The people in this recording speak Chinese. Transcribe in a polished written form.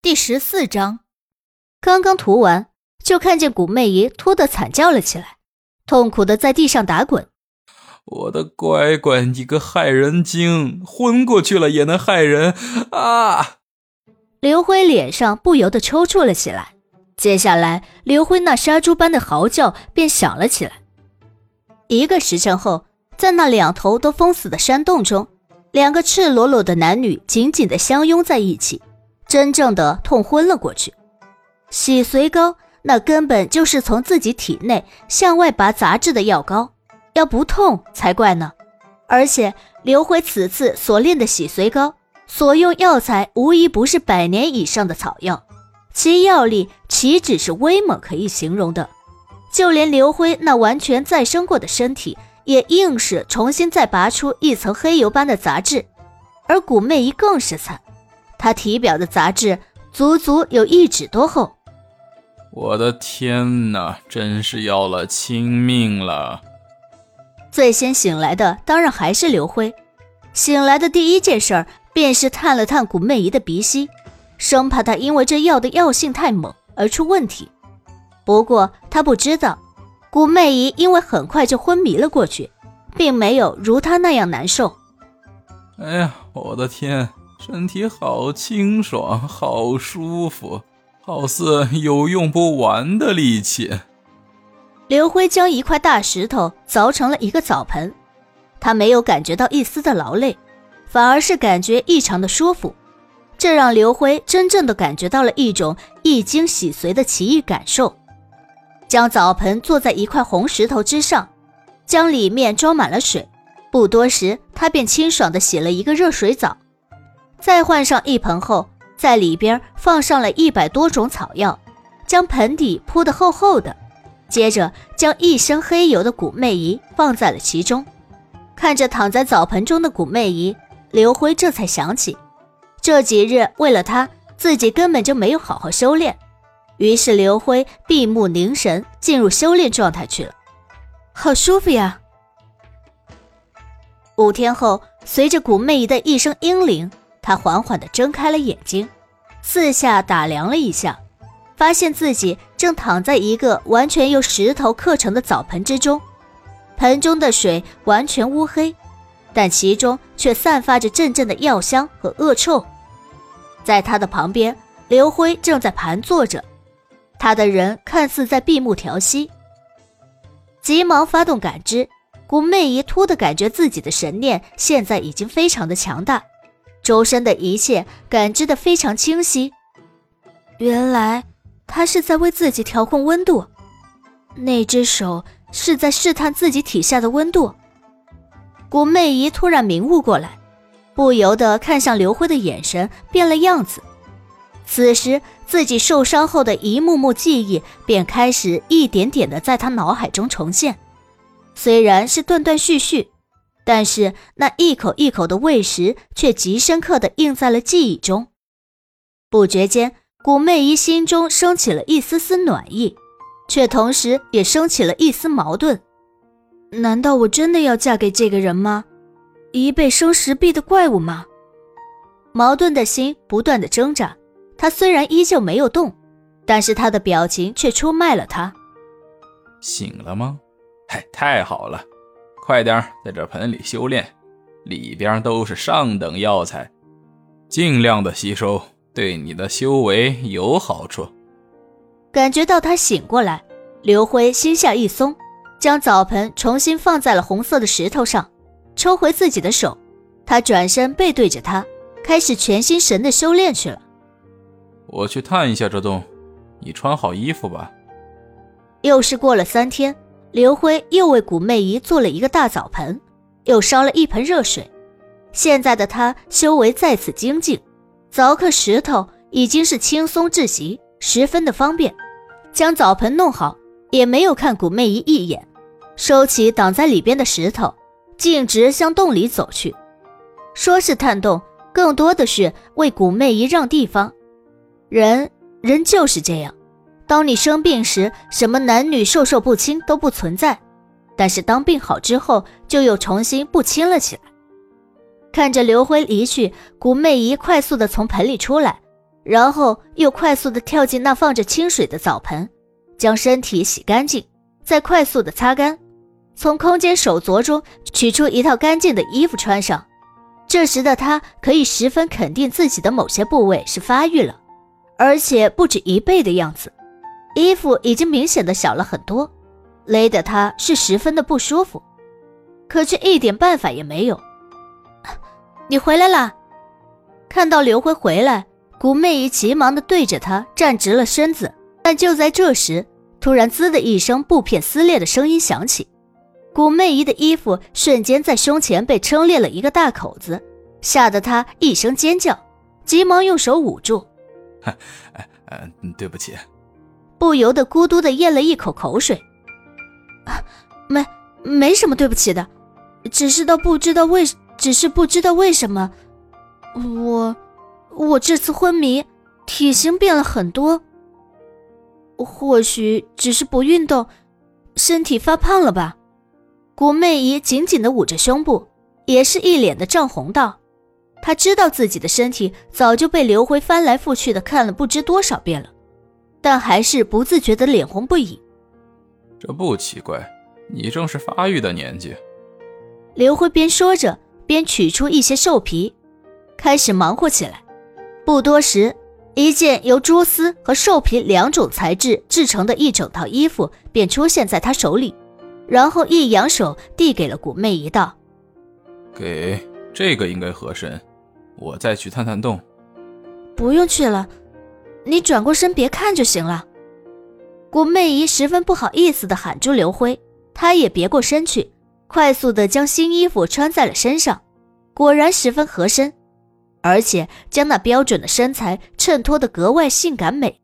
第14章。刚刚涂完，就看见古媚姨突地惨叫了起来，痛苦地在地上打滚。 我的乖乖，你个害人精，昏过去了也能害人啊！ 刘辉脸上不由得抽搐了起来，接下来刘辉那杀猪般的嚎叫便响了起来。1个时辰后，在那2头都封死的山洞中，2个赤裸裸的男女紧紧地相拥在一起，真正的痛昏了过去。洗髓膏那根本就是从自己体内向外拔杂质的药膏，要不痛才怪呢。而且刘辉此次所炼的洗髓膏所用药材无疑不是100年以上的草药，其药力岂止是威猛可以形容的。就连刘辉那完全再生过的身体也硬是重新再拔出一层黑油般的杂质，而古媚姨更是惨，她体表的杂质足足有1指多厚。 我的天哪，真是要了亲命了。 最先醒来的当然还是刘辉，醒来的第一件事便是探了探古媚姨的鼻息，生怕她因为这药的药性太猛而出问题。不过他不知道，古媚姨因为很快就昏迷了过去，并没有如他那样难受。 哎呀，我的天，身体好清爽，好舒服，好似有用不完的力气。 刘辉将一块大石头凿成了一个澡盆，他没有感觉到一丝的劳累，反而是感觉异常的舒服，这让刘辉真正的感觉到了一种一经洗髓的奇异感受。将澡盆坐在一块红石头之上，将里面装满了水，不多时他便清爽地洗了一个热水澡，再换上一盆后，在里边放上了100多种草药，将盆底铺得厚厚的，接着将一身黑油的古媚姨放在了其中。看着躺在澡盆中的古媚姨，刘辉这才想起这几日为了她自己根本就没有好好修炼，于是刘辉闭目凝神，进入修炼状态去了。好舒服呀。5天后，随着古媚姨的一声嘤铃，他缓缓地睁开了眼睛，四下打量了一下，发现自己正躺在一个完全由石头刻成的澡盆之中，盆中的水完全乌黑，但其中却散发着阵阵的药香和恶臭。在他的旁边，刘辉正在盘坐着，他的人看似在闭目调息。急忙发动感知，古媚姨突地感觉自己的神念现在已经非常的强大，周身的一切感知得非常清晰。原来他是在为自己调控温度，那只手是在试探自己体下的温度。古媚姨突然明悟过来，不由得看向刘辉的眼神变了样子。此时自己受伤后的一幕幕记忆便开始一点点地在他脑海中重现，虽然是断断续续，但是那一口一口的喂食却极深刻地印在了记忆中。不觉间，古媚姨心中升起了一丝丝暖意，却同时也升起了一丝矛盾。难道我真的要嫁给这个人吗？一辈生石壁的怪物吗？矛盾的心不断地挣扎，他虽然依旧没有动，但是他的表情却出卖了他。 醒了吗？太好了，快点在这盆里修炼，里边都是上等药材，尽量的吸收，对你的修为有好处。 感觉到他醒过来，刘辉心下一松，将澡盆重新放在了红色的石头上，抽回自己的手，他转身背对着他，开始全心神的修炼去了。 我去探一下这洞，你穿好衣服吧。 又是过了3天，刘辉又为古媚姨做了一个大澡盆，又烧了一盆热水。现在的他修为再次精进，凿刻石头已经是轻松至极，十分的方便。将澡盆弄好，也没有看古媚姨一眼，收起挡在里边的石头，径直向洞里走去。说是探洞，更多的是为古媚姨让地方。人就是这样，当你生病时，什么男女授受不亲都不存在，但是当病好之后，就又重新不亲了起来。看着刘辉离去，古媚姨快速地从盆里出来， 然后又快速地跳进那放着清水的澡盆，将身体洗干净，再快速地擦干，从空间手镯中取出一套干净的衣服穿上。这时的他可以十分肯定自己的某些部位是发育了，而且不止1倍的样子。衣服已经明显的小了很多，勒得他是十分的不舒服，可却一点办法也没有。你回来啦！看到刘辉回来，古媚姨急忙地对着他站直了身子，但就在这时，突然滋的一声布片撕裂的声音响起，古媚姨的衣服瞬间在胸前被撑裂了一个大口子，吓得她一声尖叫，急忙用手捂住。 对不起。 不由得咕嘟地咽了一口口水。没什么对不起的，只是不知道为什么，我这次昏迷，体型变了很多。或许只是不运动，身体发胖了吧。古媚姨紧紧地捂着胸部，也是一脸的涨红道。她知道自己的身体早就被刘辉翻来覆去的看了不知多少遍了，但还是不自觉地脸红不已。 这不奇怪，你正是发育的年纪。 刘辉边说着边取出一些兽皮，开始忙活起来。不多时，一件由蛛丝和兽皮2种材质制成的一整套衣服便出现在他手里，然后一扬手递给了古媚姨道： 给，这个应该合身，我再去探探洞。 不用去了，你转过身别看就行了。古媚姨十分不好意思地喊住刘辉，她也别过身去，快速地将新衣服穿在了身上，果然十分合身，而且将那标准的身材衬托得格外性感美。